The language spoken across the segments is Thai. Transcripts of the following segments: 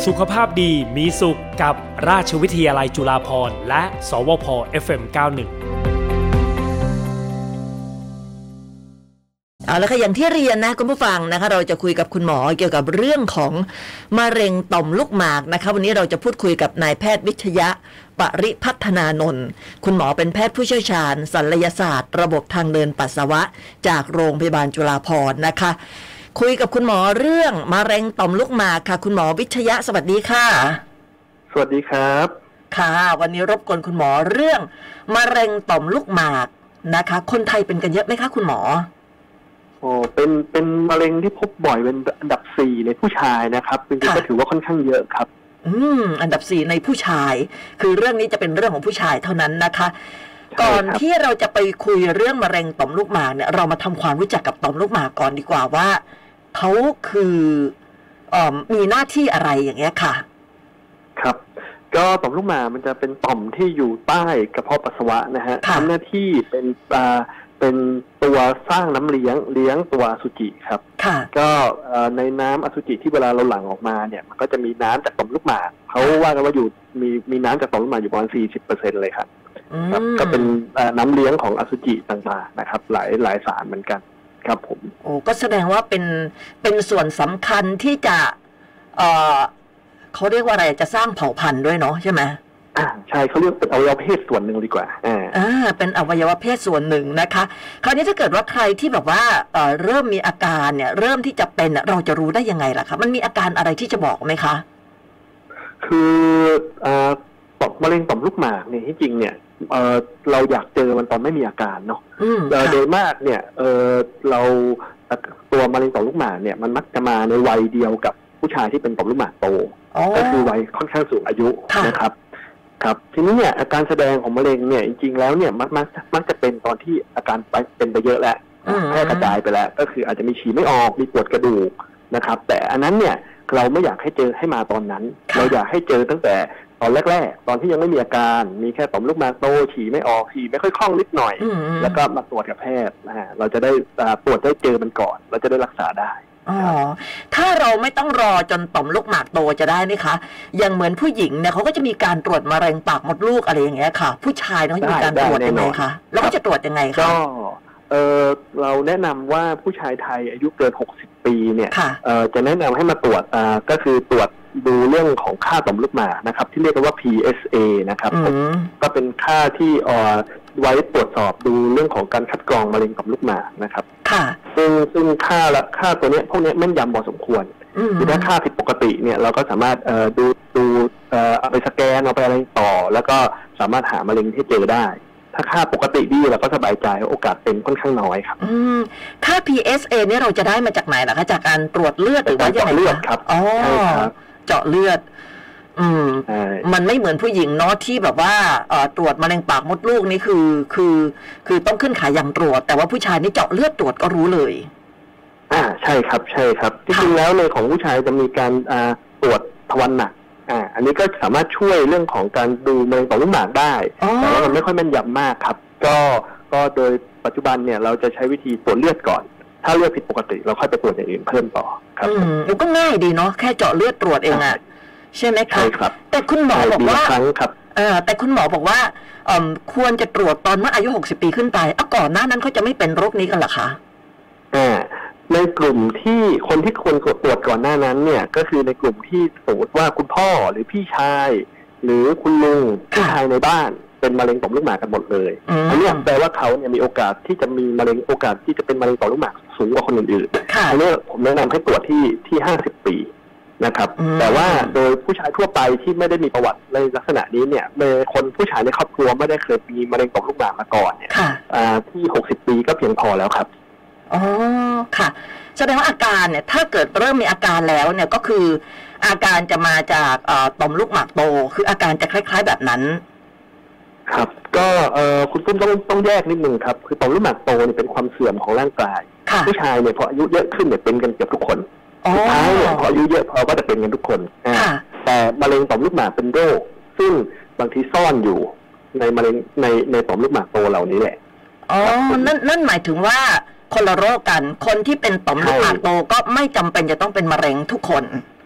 สุขภาพดีมีสุขกับราชวิทยาลัยจุฬาภรณ์และสวพ. FM 91 เอาละค่ะอย่างที่เรียนนะคุณผู้ฟังนะคะเราจะคุยกับคุณหมอเกี่ยวกับเรื่องของมะเร็งต่อมลูกหมากนะคะวันนี้เราจะพูดคุยกับนายแพทย์วิทยะปริพัฒนานนท์คุณหมอเป็นแพทย์ผู้เชี่ยวชาญศัลยศาสตร์ระบบทางเดินปัสสาวะจากโรงพยาบาลจุฬาภรณ์นะคะคุยกับคุณหมอเรื่องมะเร็งต่อมลูกหมากค่ะคุณหมอวิทยะสวัสดีค่ะสวัสดีครับค่ะวันนี้รบกวนคุณหมอเรื่องมะเร็งต่อมลูกหมากนะคะคนไทยเป็นกันเยอะไหมคะคุณหมอโอ้เป็นมะเร็งที่พบบ่อยเป็นอันดับ4ในผู้ชายนะครับจริงๆก็ถือว่าค่อนข้างเยอะครับอันดับ4ในผู้ชายคือเรื่องนี้จะเป็นเรื่องของผู้ชายเท่านั้นนะคะก่อนที่เราจะไปคุยเรื่องมะเร็งต่อมลูกหมากเนี่ยเรามาทำความรู้จักกับต่อมลูกหมากก่อนดีกว่าว่าเขาคือมีหน้าที่อะไรอย่างเงี้ยค่ะครับก็ต่อมลูกหมากมันจะเป็นต่อมที่อยู่ใต้กระเพาะปัสสาวะนะฮะทำหน้าที่เป็นตัวสร้างน้ำเลี้ยงตัวอสุจิครับก็ในน้ำอสุจิที่เวลาเราหลั่งออกมาเนี่ยมันก็จะมีน้ำจากต่อมลูกหมากเขาว่ากันว่าอยู่มีน้ำจากต่อมลูกหมากอยู่ประมาณ 40% เลยครับก็เป็นน้ำเลี้ยงของอสุจิต่างๆนะครับหลายสารเหมือนกันครับผมโอ้ก็แสดงว่าเป็นส่วนสำคัญที่จะเขาเรียกว่าอะไรจะสร้างเผ่าพันธุ์ด้วยเนาะใช่ไหมใช่เขาเรียกเป็นอวัยวะเพศส่วนหนึ่งดีกว่าเป็นอวัยวะเพศส่วนหนึ่งนะคะคราวนี้ถ้าเกิดว่าใครที่แบบว่าเริ่มมีอาการเนี่ยเริ่มที่จะเป็นเราจะรู้ได้ยังไงล่ะคะมันมีอาการอะไรที่จะบอกไหมคะคือมะเร็งต่อมลูกหมากเนี่ยที่จริงเนี่ยเราอยากเจอมันตอนไม่มีอาการเนาะโดยมากเนี่ยเราตัวมะเร็งต่อมลูกหมากเนี่ยมันมักจะมาในวัยเดียวกับผู้ชายที่เป็นต่อมลูกหมากโตก็คือวัยค่อนข้างสูงอายุนะครับครับทีนี้เนี่ยอาการแสดงของมะเร็งเนี่ยจริงๆแล้วเนี่ยมักจะเป็นตอนที่อาการเป็นไปเยอะแล้วแพร่กระจายไปแล้วก็คืออาจจะมีฉี่ไม่ออกมีปวดกระดูกนะครับแต่อันนั้นเนี่ยเราไม่อยากให้เจอให้มาตอนนั้นเราอยากให้เจอตั้งแต่ตอนแรกๆตอนที่ยังไม่มีอาการมีแค่ต่อมลูกหมากโตฉี่ไม่ออกฉี่ไม่ค่อยคล่องนิดหน่อยแล้วก็มาตรวจกับแพทย์เราจะได้ตรวจได้เจอมันก่อนเราจะได้รักษาได้ถ้าเราไม่ต้องรอจนต่อมลูกหมากโตจะได้ไหมคะอย่างเหมือนผู้หญิงเนี่ยเขาก็จะมีการตรวจมะเร็งปากมดลูกอะไรอย่างเงี้ยค่ะผู้ชายเขาจะมีการตรวจยังไงคะแล้วก็จะตรวจยังไงคะก็เราแนะนำว่าผู้ชายไทยอายุเกิน60 ปีเนี่ยจะแนะนำให้มาตรวจก็คือตรวจดูเรื่องของค่าต่อมลูกหมากนะครับที่เรียกว่า PSA นะครับก็เป็นค่าที่ไว้ตรวจสอบดูเรื่องของการคัดกรองมะเร็งต่อมลูกหมากนะครับซึ่งค่าตัวนี้พวกนี้แม่นยำพอสมควรคือถ้าค่าผิดปกติเนี่ยเราก็สามารถดูเอาไปสแกนเอาไปอะไรต่อแล้วก็สามารถหามะเร็งที่เจอได้ถ้าค่าปกติดีเราก็สบายใจโอกาสเป็นค่อนข้างน้อยครับค่า PSA เนี่ยเราจะได้มาจากไหนล่ะคะจากการตรวจเลือดหรือว่าเจาะเลือดครับอ๋อเจาะเลือดมันไม่เหมือนผู้หญิงเนาะที่แบบว่าตรวจมะเร็งปากมดลูกนี่คือต้องขึ้นขายางตรวจแต่ว่าผู้ชายนี่เจาะเลือดตรวจก็รู้เลยใช่ครับจริงๆแล้วในของผู้ชายจะมีการตรวจทวารหนักอันนี้ก็สามารถช่วยเรื่องของการดูมะเร็งต่อมลูกหมากได้แต่ว่ามันไม่ค่อยแม่นยำมากครับก็โดยปัจจุบันเนี่ยเราจะใช้วิธีตรวจเลือดก่อนถ้าเลือดผิดปกติเราค่อยไปตรวจอย่างอื่นเพิ่มต่อครับมันก็ง่ายดีเนาะแค่เจาะเลือดตรวจเองใช่ไหมคะแต่คุณหมอบอกว่าแต่คุณหมอบอกว่าควรจะตรวจตอนเมื่ออายุ60 ปีขึ้นไปก่อนหน้านั้นเขาจะไม่เป็นโรคนี้กันหรอคะในกลุ่มที่คนที่ควรตรวจก่อนหน้านั้นเนี่ยก็คือในกลุ่มที่สมมติว่าคุณพ่อหรือพี่ชายหรือคุณลุงผู้ชายในบ้านเป็นมะเร็งต่อมลูกหมากกันหมดเลยอันนี้แปลว่าเขาเนี่ยมีโอกาสที่จะมีมะเร็งโอกาสที่จะเป็นมะเร็งต่อมลูกหมากสูงกว่าคนอื่นๆอันนี้ผมแนะนำให้ตรวจที่50 ปีนะครับแต่ว่าโดยผู้ชายทั่วไปที่ไม่ได้มีประวัติในลักษณะนี้เนี่ยคนผู้ชายในครอบครัวไม่ได้เคยมีมะเร็งต่อมลูกหมากมาก่อนเนี่ยที่60 ปีก็เพียงพอแล้วครับค่ะแสดงว่าอาการเนี่ยถ้าเกิดเริ่มมีอาการแล้วเนี่ยก็คืออาการจะมาจากต่อมลูกหมากโตคืออาการจะคล้ายๆแบบนั้นครับก็คุณตุ้มต้องแยกนิดนึงครับคือต่อมลูกหมากโตเนี่ยเป็นความเสื่อมของร่างกายผู้ชายเนี่ยพออายุเยอะขึ้นเนี่ยเป็นกันเกือบทุกคนสุดท้ายเนี่ยพออายุเยอะพอก็จะเป็นกันทุกคนแต่มะเร็งต่อมลูกหมากเป็นโรคซึ่งบางทีซ่อนอยู่ในมะเร็งในต่อมลูกหมากโตเหล่านี้แหละนั่นหมายถึงว่าคนละโรคกันคนที่เป็นต่อมลูกหมากโตก็ไม่จำเป็นจะต้องเป็นมะเร็งทุกคน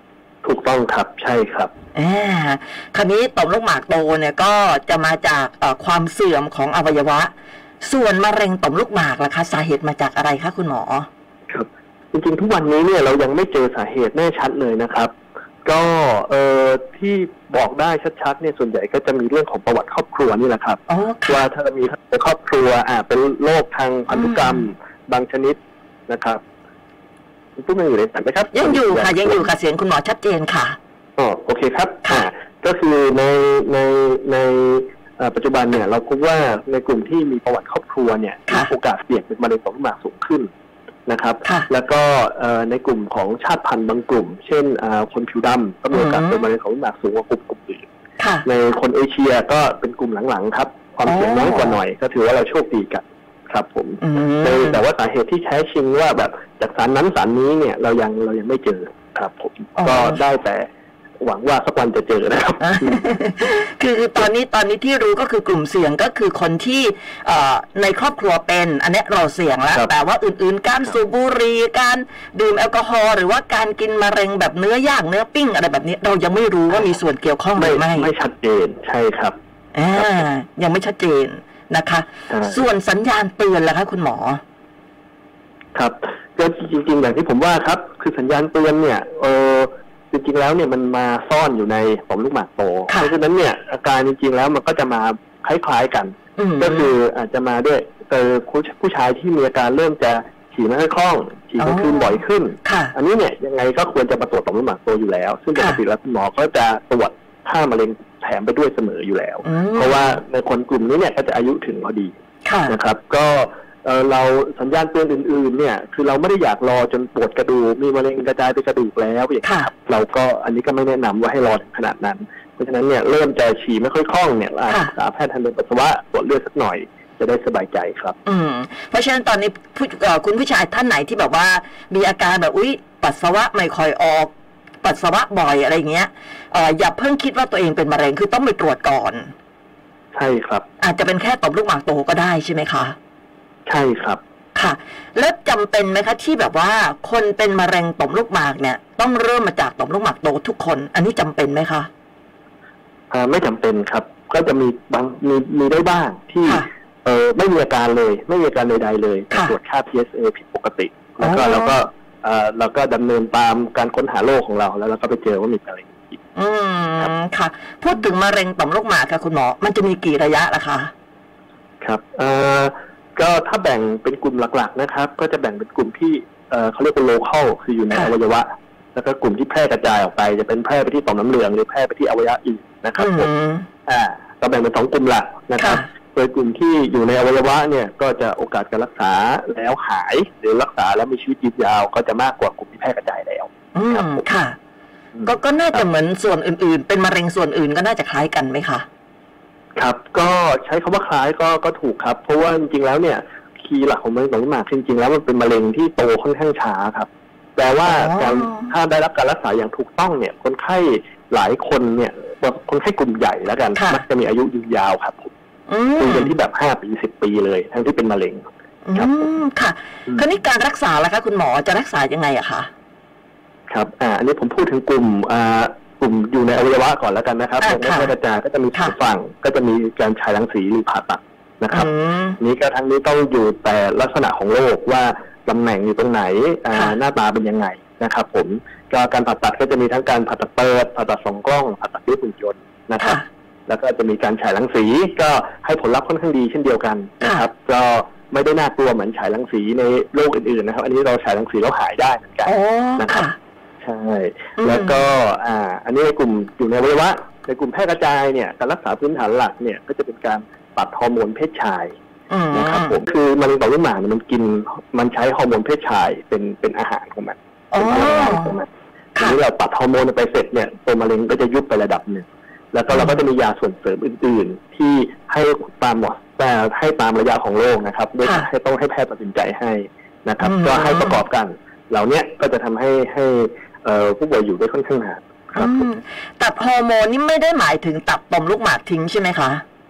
ถูกต้องครับใช่ครับคราวนี้ต่อมลูกหมากโตเนี่ยก็จะมาจากความเสื่อมของอวัยวะส่วนมะเร็งต่อมลูกหมากล่ะคะสาเหตุมาจากอะไรคะคุณหมอครับจริงๆทุกวันนี้เนี่ยเรายังไม่เจอสาเหตุแน่ชัดเลยนะครับก็ที่บอกได้ชัดๆเนี่ยส่วนใหญ่ก็จะมีเรื่องของประวัติครอบครัวนี่แหละครับว่าถ้ามีครอบครัวเป็นโรคทางพันธุกรรมบางชนิดนะครับพูดยังอยู่ในสายไหมครับยังอยู่ค่ะเสียงคุณหมอชัดเจนค่ะโอเคครับก็คือในปัจจุบันเนี่ยเราพบว่าในกลุ่มที่มีประวัติครอบครัวเนี่ยมีโอกาสเสี่ยงเป็นมะเร็งต่อมลูกหมากสูงขึ้นนะครับแล้วก็ในกลุ่มของชาติพันธุ์บางกลุ่มเช่นคนผิวดำก็มีโอกาสเป็นมะเร็งต่อมลูกหมากสูงกว่ากลุ่มอื่นในคนเอเชียก็เป็นกลุ่มหลังๆครับความเสี่ยงน้อยกว่าหน่อยก็ถือว่าเราโชคดีกันครับผมแต่ว่าสาเหตุที่แท้จริงว่าแบบจากสารนั้นสารนี้เนี่ยเรายังไม่เจอครับผมก็ได้แต่หวังว่าสักวันจะเจอนะครับคือตอนนี้ที่รู้ก็คือกลุ่มเสี่ยงก็คือคนที่ในครอบครัวเป็นอันนี้เราเสี่ยงแล้วแต่ว่าอื่นๆการสูบบุหรี่การดื่มแอลกอฮอล์หรือว่าการกินมะเร็งแบบเนื้อย่างเนื้อปิ้งอะไรแบบนี้เรายังไม่รู้ว่ามีส่วนเกี่ยวข้องหรือไม่ชัดเจนใช่ครับยังไม่ชัดเจนนะคะส่วนสัญญาณเตือนล่ะคะคุณหมอครับก็จริงๆอย่างที่ผมว่าครับคือสัญญาณเตือนเนี่ยจริงๆแล้วเนี่ยมันมาซ่อนอยู่ในต่อมลูกหมากโตเพราะฉะนั้นเนี่ยอาการจริงๆแล้วมันก็จะมาคล้ายๆกันก็คืออาจจะมาด้วยผู้ชายที่มีอาการเริ่มจะฉี่ไม่ค่อยคล่องฉี่กลางคืนบ่อยขึ้นอันนี้เนี่ยยังไงก็ควรจะมาตรวจต่อมลูกหมากโตอยู่แล้วซึ่งปกติแล้วคุณหมอก็จะตรวจค่ามะเร็งแถมไปด้วยเสมออยู่แล้วเพราะว่าในคนกลุ่มนี้เนี่ยก็จะอายุถึงพอดีนะครับก็เราสัญญาณเตือนอื่นๆเนี่ยคือเราไม่ได้อยากรอจนปวดกระดูกมีมะเร็งกระจายไปกระดูกแล้วอย่างนี้เราก็อันนี้ก็ไม่แนะนำว่าให้รอถึงขนาดนั้นเพราะฉะนั้นเนี่ยเริ่มจะฉี่ไม่ค่อยคล่องเนี่ยอาจจะปรึกษาแพทย์ทางเดินปัสสาวะตรวจเลือดสักหน่อยจะได้สบายใจครับเพราะฉะนั้นตอนนี้คุณผู้ชายท่านไหนที่แบบว่ามีอาการแบบปัสสาวะไม่ค่อยออกปัสสาวะบ่อยอะไรเงี้ยอย่าเพิ่งคิดว่าตัวเองเป็นมะเร็งคือต้องไปตรวจก่อนใช่ครับอาจจะเป็นแค่ต่อมลูกหมากโตก็ได้ใช่ไหมคะใช่ครับค่ะแล้วจำเป็นไหมคะที่แบบว่าคนเป็นมะเร็งต่อมลูกหมากเนี่ยต้องเริ่มมาจากต่อมลูกหมากโตทุกคนอันนี้จำเป็นไหมคะไม่จำเป็นครับก็จะมีมีได้บ้างที่ไม่มีอาการเลยไม่มีอาการใดๆเลยตรวจค่า PSA ผิดปกติแล้วก็เราก็ดำเนินตามการค้นหาโรคของเราแล้วเราก็ไปเจอว่ามีอะไรอีกค่ะพูดถึงมะเร็งต่อมลูกหมากค่ะคุณหมอมันจะมีกี่ระยะล่ะคะครับก็ถ้าแบ่งเป็นกลุ่มหลักๆนะครับก็จะแบ่งเป็นกลุ่มที่เขาเรียกว่า local คืออยู่ในอวัยวะแล้วก็กลุ่มที่แพร่กระจายออกไปจะเป็นแพร่ไปที่ต่อมน้ำเหลืองหรือแพร่ไปที่อวัยวะอื่นนะครับผมก็แบ่งเป็น2กลุ่มหลักนะครับโดยกลุ่มที่อยู่ในอวัยวะเนี่ยก็จะโอกาสการรักษาแล้วหายหรือรักษาแล้วมีชีวิตยืนยาวก็จะมากกว่ากลุ่มที่แพร่กระจายแล้วค่ะก็น่าจะเหมือนส่วนอื่นๆเป็นมะเร็งส่วนอื่นก็น่าจะคล้ายกันไหมคะครับก็ใช้คำว่าคล้ายก็ถูกครับเพราะว่าจริงๆแล้วเนี่ยคีย์หลักของมะเร็งต่อมลูกหมากจริงๆแล้วมันเป็นมะเร็งที่โตค่อนข้างช้าครับแปลว่าถ้าได้รับการรักษาอย่างถูกต้องเนี่ยคนไข้หลายคนเนี่ยคนไข้กลุ่มใหญ่แล้วกันมักจะมีอายุยืนยาวครับคุยกันที่แบบ5 ปี 10 ปีเลยทั้งที่เป็นมะเร็งครับค่ะคราวนี้การรักษาล่ะคะคุณหมอจะรักษายังไงอะคะครับอันนี้ผมพูดถึงกลุ่มอยู่ในอวัยวะก่อนแล้วกันนะครับอย่างแพร่กระจายก็จะมีฝั่งก็จะมีการฉายรังสีหรือผ่าตัดนะครับนี้ก็ทั้งนี้ต้องอยู่แต่ลักษณะของโรคว่าตำแหน่งอยู่ตรงไหนหน้าตาเป็นยังไงนะครับผมการผ่าตัดก็จะมีทั้งการผ่าตัดเปิดผ่าตัด2 กล้องผ่าตัดด้วยหุ่นยนต์นะครับแล้วก็จะมีการฉายรังสีก็ให้ผลลัพธ์ค่อนข้างดีเช่นเดียวกันนะครับก็ไม่ได้น่ากลัวเหมือนฉายรังสีในโรคอื่นๆนะครับอันนี้เราฉายรังสีแล้วหายได้เหมือนกันนะครับใช่แล้วก็อันนี้ในกลุ่มอยู่ในอวัยวะในกลุ่มแพร่กระจายเนี่ยการรักษาพื้นฐานหลักเนี่ยก็จะเป็นการตัดฮอร์โมนเพศชายนะครับผมคือมะเร็งต่อมลูกหมากมันใช้ฮอร์โมนเพศชายเป็นอาหารของมันเป็นพลังงานของมันทีนี้เราตัดฮอร์โมนไปเสร็จเนี่ยตัวมะเร็งก็จะยุบไประดับหนึ่งแล้วก็เราก็จะมียาส่วนเสริมอื่นๆที่ให้ตามให้ตามระยะของโรคนะครับโดยต้องให้แพทย์ตัดสินใจให้นะครับก็ให้ประกอบกันเหล่านี้ก็จะทำให้ผู้ป่วยอยู่ได้ค่อนข้างนานครับตัดฮอร์โมนนี่ไม่ได้หมายถึงตัดต่อมลูกหมากทิ้งใช่ไหมคะ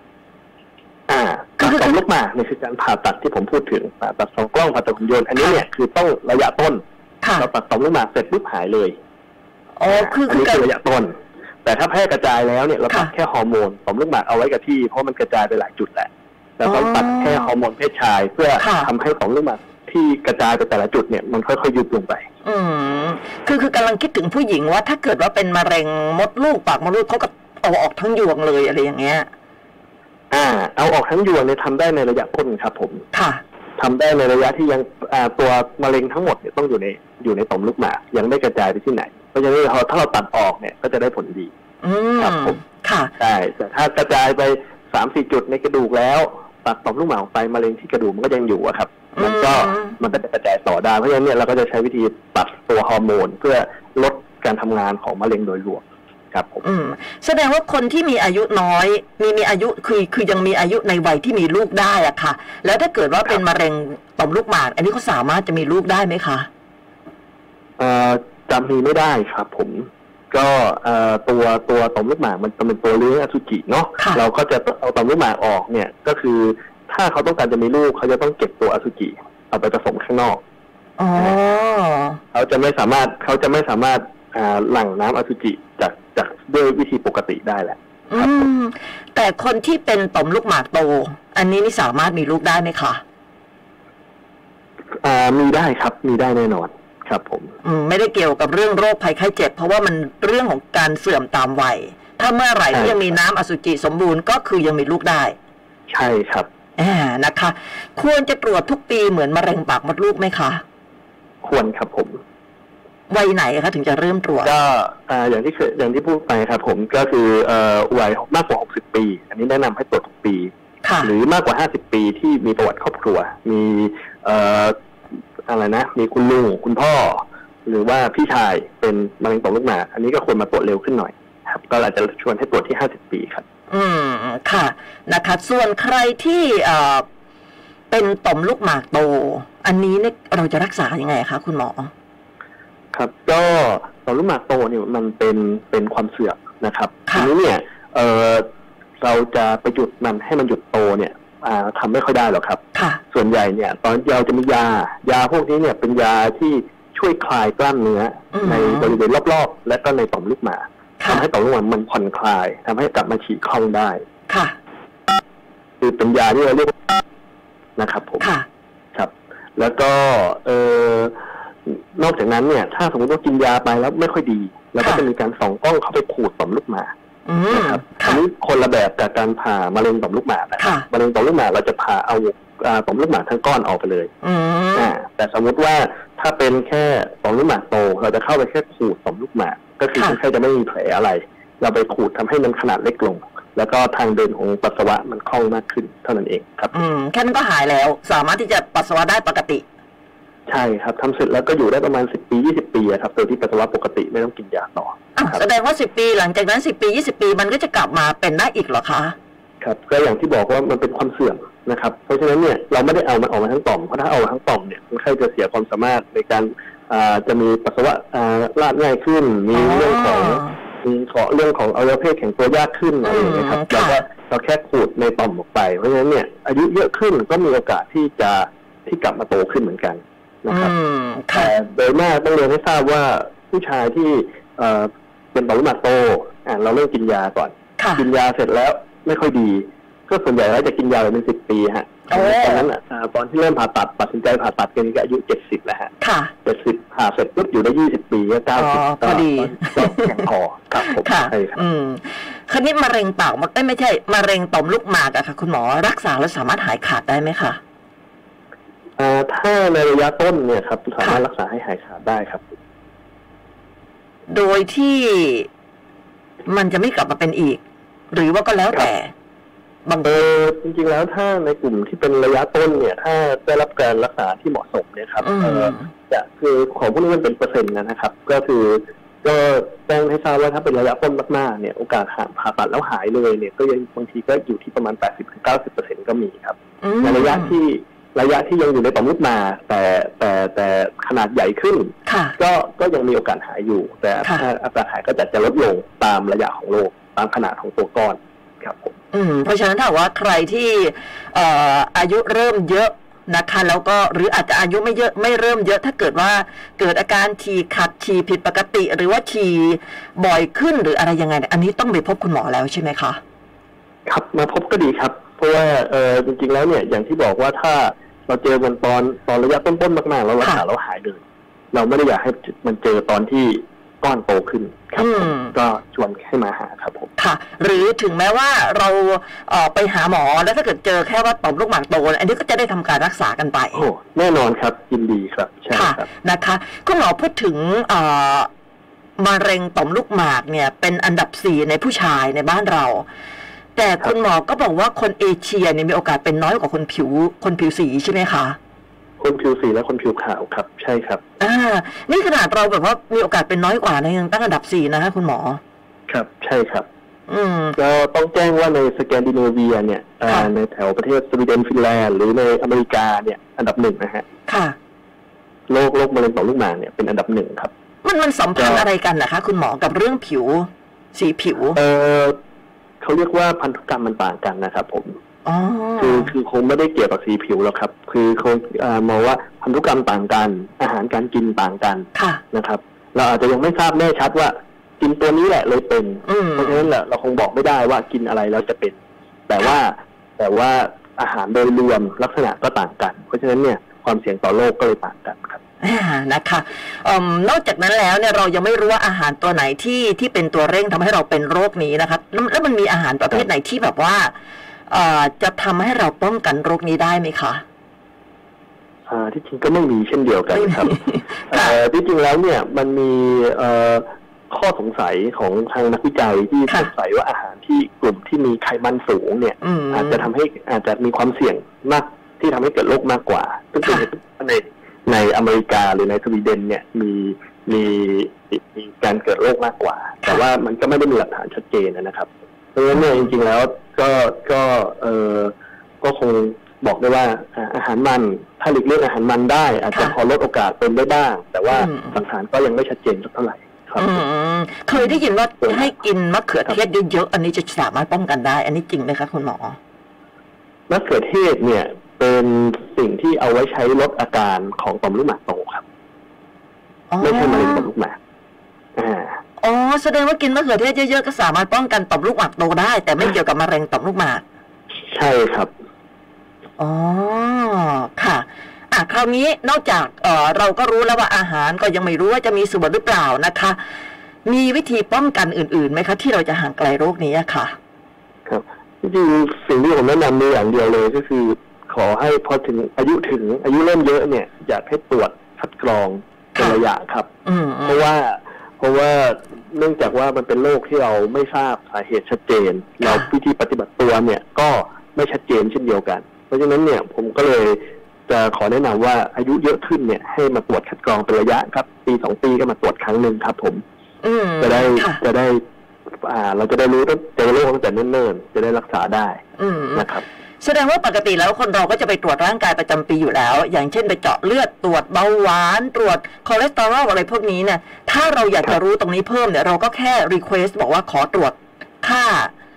ตัดต่อมลูกหมากนี่คือการผ่าตัดที่ผมพูดถึงผ่าตัด2 กล้องผ่าตัดหุ่นยนต์อันนี้เนี่ยคือต้องระยะต้นเราตัดต่อมลูกหมากเสร็จปุ๊บหายเลยอ๋อคือระยะต้นแต่ถ้าแพร่กระจายแล้วเนี่ยเราตัดแค่ฮอร์โมนต่อมลูกหมากเอาไว้กับที่เพราะมันกระจายไปหลายจุดแหละแล้วต้องตัดแค่ฮอร์โมนเพศชายเพื่อทำให้ต่อมลูกหมากที่กระจายไปแต่ละจุดเนี่ยมันค่อยๆยุบลงไปคือกำลังคิดถึงผู้หญิงว่าถ้าเกิดว่าเป็นมะเร็งมดลูกปากมดลูกเขาก็เอาออกทั้งยวงเลยอะไรอย่างเงี้ยเอาออกทั้งยวงเนี่ยทำได้ในระยะต้นครับผมค่ะทำได้ในระยะที่ยังตัวมะเร็งทั้งหมดเนี่ยต้องอยู่ในต่อมลูกหมากยังไม่กระจายไปที่ไหนเพราะฉะนั้นถ้าเราตัดออกเนี่ยก็จะได้ผลดีครับผมค่ะใช่แต่ถ้ากระจายไป 3-4 จุดในกระดูกแล้วตัดต่อมลูกหมากออกไปมะเร็งที่กระดูกมันก็ยังอยู่อะครับมันก็จะกระจายต่อได้เพราะฉะนั้นเนี่ยเราก็จะใช้วิธีตัดตัวฮอร์โมนเพื่อลดการทำงานของมะเร็งโดยรวมครับผมแสดงว่าคนที่มีอายุน้อยมีอายุคือยังมีอายุในวัยที่มีลูกได้อะค่ะแล้วถ้าเกิดว่าเป็นมะเร็งต่อมลูกหมากอันนี้เขาสามารถจะมีลูกได้ไหมคะจะมีไม่ได้ครับผมก็ตัวต่อมลูกหมากมันเป็นตัวเลี้ยงอสุจิเนาะเราก็จะเอาต่อมลูกหมากออกเนี่ยก็คือถ้าเขาต้องการจะมีลูกเขาจะต้องเก็บตัวอสุจิเอาไปผสมข้างนอกเขาจะไม่สามารถหลั่งน้ำอสุจิจากด้วยวิธีปกติได้แหละแต่คนที่เป็นต่อมลูกหมากโตอันนี้นี่สามารถมีลูกได้ไหมคะมีได้ครับมีได้แน่นอนครับผมไม่ได้เกี่ยวกับเรื่องโรคภัยไข้เจ็บเพราะว่ามันเรื่องของการเสื่อมตามวัยถ้าเมื่อไหร่ที่ยังมีน้ำอสุจิสมบูรณ์ก็คือยังมีลูกได้ใช่ครับนะคะควรจะตรวจทุกปีเหมือนมะเร็งปากมดลูกไหมคะควรครับผมวัยไหนคะถึงจะเริ่มตรวจก็อย่างที่พูดไปครับผมก็คือวัยมากกว่า60ปีอันนี้แนะนำให้ตรวจทุกปีหรือมากกว่า50ปีที่มีประวัติครอบครัวมีอะไรนะมีคุณลุงคุณพ่อหรือว่าพี่ชายเป็นมะเร็งต่อมลูกหมากอันนี้ก็ควรมาตรวจเร็วขึ้นหน่อยครับก็อาจจะชวนให้ตรวจที่50ปีครับค่ะนะคะส่วนใครที่เป็นต่อมลูกหมากโตอันนี้เนี่ยเราจะรักษายังไงคะคุณหมอครับก็ต่อมลูกหมากโตเนี่ยมันเป็นความเสื่อมนะครับทีนี้เนี่ยเราจะไปหยุดมันให้มันหยุดโตเนี่ยทำไม่ค่อยได้หรอกครับส่วนใหญ่เนี่ยตอนเราจะมียาพวกนี้เนี่ยเป็นยาที่ช่วยคลายกล้ามเนื้อในบริเวณรอบๆและก็ในต่อมลูกหมากทำให้ต่อมลูกหมากมันผ่อนคลายทำให้กลับมาฉี่คล่องได้ค่ะคือเป็นยาที่เราเรียกนะครับผมครับแล้วก็นอกจากนั้นเนี่ยถ้าสมมติว่ากินยาไปแล้วไม่ค่อยดีแล้วก็จะมีการส่องกล้องเข้าไปขูดต่อมลูกหมากนะครับอันนี้คนละแบบกับการผ่ามะเร็งต่อมลูกหมากนะครับมะเร็งต่อมลูกหมากเราจะผ่าเอาต่อมลูกหมากทั้งก้อนออกไปเลยแต่สมมติว่าถ้าเป็นแค่ต่อมลูกหมากโตเราจะเข้าไปแค่ขูดต่อมลูกหมากก็คือคนไข้จะไม่มีแผลอะไรเราไปขูดทำให้มันขนาดเล็กลงแล้วก็ทางเดินของปัสสาวะมันคล่องมากขึ้นเท่านั้นเองครับแค่นั้นก็หายแล้วสามารถที่จะปัสสาวะได้ปกติใช่ครับทำเสร็จแล้วก็อยู่ได้ประมาณ10 ปี 20 ปีครับโดยที่ปัสสาวะปกติไม่ต้องกินยาต่อแสดงว่า10 ปีหลังจากนั้น10 ปี 20 ปีมันก็จะกลับมาเป็นได้อีกเหรอคะครับก็อย่างที่บอกว่ามันเป็นความเสื่อมนะครับเพราะฉะนั้นเนี่ยเราไม่ได้เอามันออกมาทั้งต่อมเพราะถ้าเอาทั้งต่อมเนี่ยคนไข้จะเสียความสามารถในการจะมีปัสสาวะราดง่ายขึ้นมีเรื่องของอวัยวะเพศแข็งตัวยากขึ้นอะไรอย่างเงี้ยครับเราแค่ขูดในต่อมออกไปเพราะฉะนั้นเนี่ยอายุเยอะขึ้นก็มีโอกาสที่กลับมาโตขึ้นเหมือนกันนะครับแต่โดยมากต้องเรียนให้ทราบว่าผู้ชายที่เป็นต่อมลูกหมากโตเราเริ่มกินยาก่อนกินยาเสร็จแล้วไม่ค่อยดีก็ส่วนใหญ่แล้วจะกินยาเป็น10 ปีฮะตอนนั้นตอนที่เริ่มผ่าตัดตัดสินใจผ่าตัดกันก็อายุ70แล้วฮะ70ผ่าเสร็จปุ๊บอยู่ได้20 ปีก็90 พอดีก็แข็งพอครับผมใช่ครับคราวนี้มะเร็งปากไม่ใช่มะเร็งต่อมลูกหมากอะค่ะคุณหมอรักษาแล้วสามารถหายขาดได้ไหมคะถ้าในระยะต้นเนี่ยครับสามารถรักษาให้หายขาดได้ครับโดยที่มันจะไม่กลับมาเป็นอีกหรือว่าก็แล้วแต่จริงๆแล้วถ้าในกลุ่มที่เป็นระยะต้นเนี่ยถ้าได้รับการรักษาที่เหมาะสมเนี่ยครับจะคือของพวกนี้มันเป็นเปอร์เซ็นต์นะครับก็คือก็แจ้งให้ทราบว่าถ้าเป็นระยะต้นมากๆเนี่ยโอกาสผ่าตัดแล้วหายเลยเนี่ยก็ยังบางทีก็อยู่ที่ประมาณ 80-90% ก็มีครับในระยะที่ยังอยู่ในต่อมลูกหมากแต่ขนาดใหญ่ขึ้นก็ยังมีโอกาสหายอยู่แต่อัตราหายก็จะลดลงตามระยะของโรคตามขนาดของตัวก้อนครับผมเพราะฉะนั้นถ้าว่าใครที่อายุเริ่มเยอะนะคะแล้วก็หรืออาจจะอายุไม่เยอะไม่เริ่มเยอะถ้าเกิดว่าเกิดอาการฉี่ขัดฉี่ผิดปกติหรือว่าฉี่บ่อยขึ้นหรืออะไรยังไงอันนี้ต้องไปพบคุณหมอแล้วใช่ไหมคะครับมาพบก็ดีครับเพราะว่าจริงๆแล้วเนี่ยอย่างที่บอกว่าถ้าเราเจอมันตอนระยะต้นๆมากๆแล้วรักษาแล้วหายเลยเราไม่ได้อยากให้มันเจอตอนที่ก้อนโตขึ้นครับก็ชวนให้มาหาครับผมค่ะหรือถึงแม้ว่าเราไปหาหมอแล้วถ้าเกิดเจอแค่ว่าต่อมลูกหมากโตอันนี้ก็จะได้ทำการรักษากันไปโอ้แน่นอนครับยินดีครับใช่ครับนะคะคุณหมอพูดถึงมะเร็งต่อมลูกหมากเนี่ยเป็นอันดับ4ในผู้ชายในบ้านเราแต่คุณหมอก็บอกว่าคนเอเชียเนี่ยมีโอกาสเป็นน้อยกว่าคนผิวสีใช่ไหมคะคนผิวสีและคนผิวขาวครับใช่ครับนี่ขนาดเราแบบว่ามีโอกาสเป็นน้อยกว่าในยังตั้งอันดับ4นะคะคุณหมอครับใช่ครับก็ต้องแจ้งว่าในสแกนดิเนเวียเนี่ยในแถวประเทศสวีเดนฟินแลนด์หรือในอเมริกาเนี่ยอันดับ1นะฮะค่ะโรคมะเร็งต่อมลูกหมากเนี่ยเป็นอันดับ1ครับมันสัมพันธ์อะไรกันนะคะคุณหมอกับเรื่องผิวสีผิวเขาเรียกว่าพันธุกรรมมันต่างกันนะครับผมคือคงไม่ได้เกี่ยวกับสีผิวหรอกครับคือคงมองว่าพันธุกรรมต่างกันอาหารการกินต่างกันนะครับเราอาจจะยังไม่ทราบแน่ชัดว่ากินตัวนี้แหละเลยเป็นเพราะฉะนั้นแหละเราคงบอกไม่ได้ว่ากินอะไรแล้วจะเป็นแต่ว่าอาหารโดยรวมลักษณะก็ต่างกันเพราะฉะนั้นเนี่ยความเสี่ยงต่อโรคก็เลยต่างกันครับนะคะนอกจากนั้นแล้วเนี่ยเรายังไม่รู้ว่าอาหารตัวไหนที่เป็นตัวเร่งทำให้เราเป็นโรคนี้นะคะแล้วมันมีอาหารประเภทไหนที่แบบว่าจะทำให้เราป้องกันโรคนี้ได้ไหมคะที่จริงก็ไม่มีเช่นเดียวกันครับที่จริงแล้วเนี่ยมันมีข้อสงสัยของทางนักวิจัยที่สงสัยว่าอาหารที่กลุ่มที่มีไขมันสูงเนี่ยอาจจะมีความเสี่ยงมากที่ทำให้เกิดโรคมากกว่าซึ่งเป็นในอเมริกาหรือในสวีเดนเนี่ยมีการเกิดโรคมากกว่าแต่ว่ามันก็ไม่ได้มีหลักฐานชัดเจนนะครับเพราะฉะนั้นเนี่ยจริงๆแล้วก็คงบอกได้ว่าอาหารมันถ้าหลีกเลี่ยงอาหารมันได้อาจจะพอลดโอกาสเป็นได้บ้างแต่ว่าหลักฐานก็ยังไม่ชัดเจนสักเท่าไหร่ครับเคยได้ยินว่าให้กินมะเขือเทศเยอะๆอันนี้จะสามารถป้องกันได้อันนี้จริงไหมคะคุณหมอมะเขือเทศเนี่ยเป็นสิ่งที่เอาไว้ใช้ลดอาการของต่อมลูกหมากโตครับไม่ใช่มะเร็งต่อมลูกหมากแสดงว่ากินมะเขือเทศเยอะๆก็สามารถป้องกันต่อมลูกหมากโตได้แต่ไม่เกี่ยวกับมะเร็งต่อมลูกหมากใช่ครับค่ะคราวนี้นอกจากเราก็รู้แล้วว่าอาหารก็ยังไม่รู้ว่าจะมีส่วนหรือเปล่านะคะมีวิธีป้องกันอื่นๆไหมคะที่เราจะห่างไกลโรคนี้ค่ะครับจริงๆสิ่งที่ผมแนะนำมีอย่างเดียวเลยก็คือขอให้พอถึงอายุเริ่มเยอะเนี่ยอยากให้ตรวจคัดกรองเป็นระยะครับเพราะว่าเนื่องจากว่ามันเป็นโรคที่เราไม่ทราบสาเหตุชัดเจนเราวิธีปฏิบัติตัวเนี่ยก็ไม่ชัดเจนเช่นเดียวกันเพราะฉะนั้นเนี่ยผมก็เลยจะขอแนะนำว่าอายุเยอะขึ้นเนี่ยให้มาตรวจคัดกรองเป็นระยะครับปี2 ปีก็มาตรวจครั้งนึงครับผมจะได้เราจะได้รู้ตั้งเจอโรคตั้งแต่เนิ่นๆจะได้รักษาได้นะครับแสดงว่าปกติแล้วคนเราก็จะไปตรวจร่างกายประจำปีอยู่แล้วอย่างเช่นไปเจาะเลือดตรวจเบาหวานตรวจคอเลสเตอรอลอะไรพวกนี้เนี่ยถ้าเราอยากจะรู้ตรงนี้เพิ่มเนี่ยเราก็แค่รีเควสต์บอกว่าขอตรวจค่า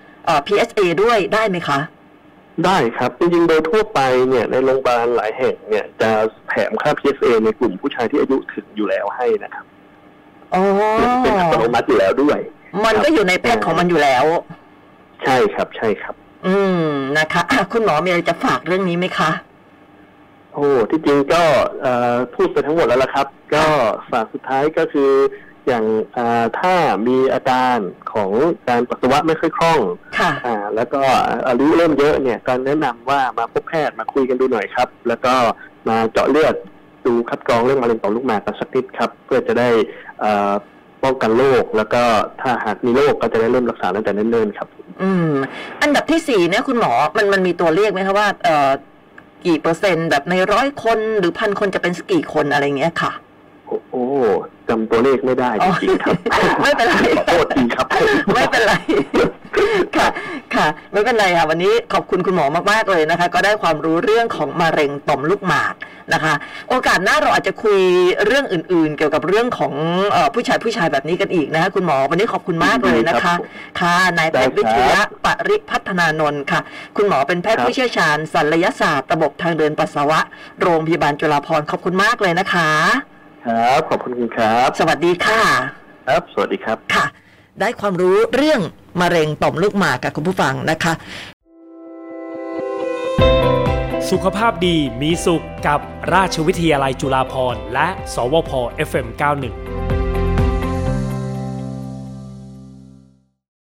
PSA ด้วยได้ไหมคะได้ครับจริงๆโดยทั่วไปเนี่ยในโรงพยาบาลหลายแห่งเนี่ยจะแถมค่า PSA ในกลุ่มผู้ชายที่อายุถึงอยู่แล้วให้นะครับเป็นอัตโนมัติอยู่แล้วด้วยมันก็อยู่ในแพทย์ของมันอยู่แล้วใช่ครับใช่ครับนะคะคุณหมอมีอะไรจะฝากเรื่องนี้ไหมคะที่จริงก็พูดไปทั้งหมดแล้วละครับก็ฝากสุดท้ายก็คืออย่างถ้ามีอาการของการปัสสาวะไม่ค่อยคล่องแล้วก็อายุเริ่มเยอะเนี่ยก็แนะนำว่ามาพบแพทย์มาคุยกันดูหน่อยครับแล้วก็มาเจาะเลือดดูคัดกรองเรื่องมะเร็งต่อมลูกหมากกันสักนิดครับเพื่อจะได้ป้องกันโรคแล้วก็ถ้าหากมีโรคก็จะได้เริ่มรักษาตั้งแต่เนิ่นๆครับอันดับที่4เนี่ยคุณหมอมันมีตัวเลขไหมคะว่ากี่เปอร์เซ็นต์แบบใน100 คนหรือ1,000 คนจะเป็นกี่คนอะไรเงี้ยค่ะจำตัวเลขไม่ได้จริงๆครับไม่เป็นไรขอโทษทีครับไม่เป็นไรค่ะไม่เป็นไรค่ะวันนี้ขอบคุณคุณหมอมากๆเลยนะคะก็ได้ความรู้เรื่องของมะเร็งต่อมลูกหมากนะคะโอกาสหน้าเราอาจจะคุยเรื่องอื่นๆเกี่ยวกับเรื่องของผู้ชายแบบนี้กันอีกนะคะคุณหมอวันนี้ขอบคุณมากเลยนะคะค่ะนายแพทย์วิทยาปริพัฒนานนท์ค่ะคุณหมอเป็นแพทย์ผู้เชี่ยวชาญศัลยศาสตร์ระบบทางเดินปัสสาวะโรงพยาบาลจุฬาภรณ์ขอบคุณมากเลยนะคะครับขอบคุณครับสวัสดีค่ะครับสวัสดีครับค่ะได้ความรู้เรื่องมะเร็งต่อมลูกหมากกับคุณผู้ฟังนะคะสุขภาพดีมีสุขกับราชวิทยาลัยจุฬาภรณ์และสวพ FM91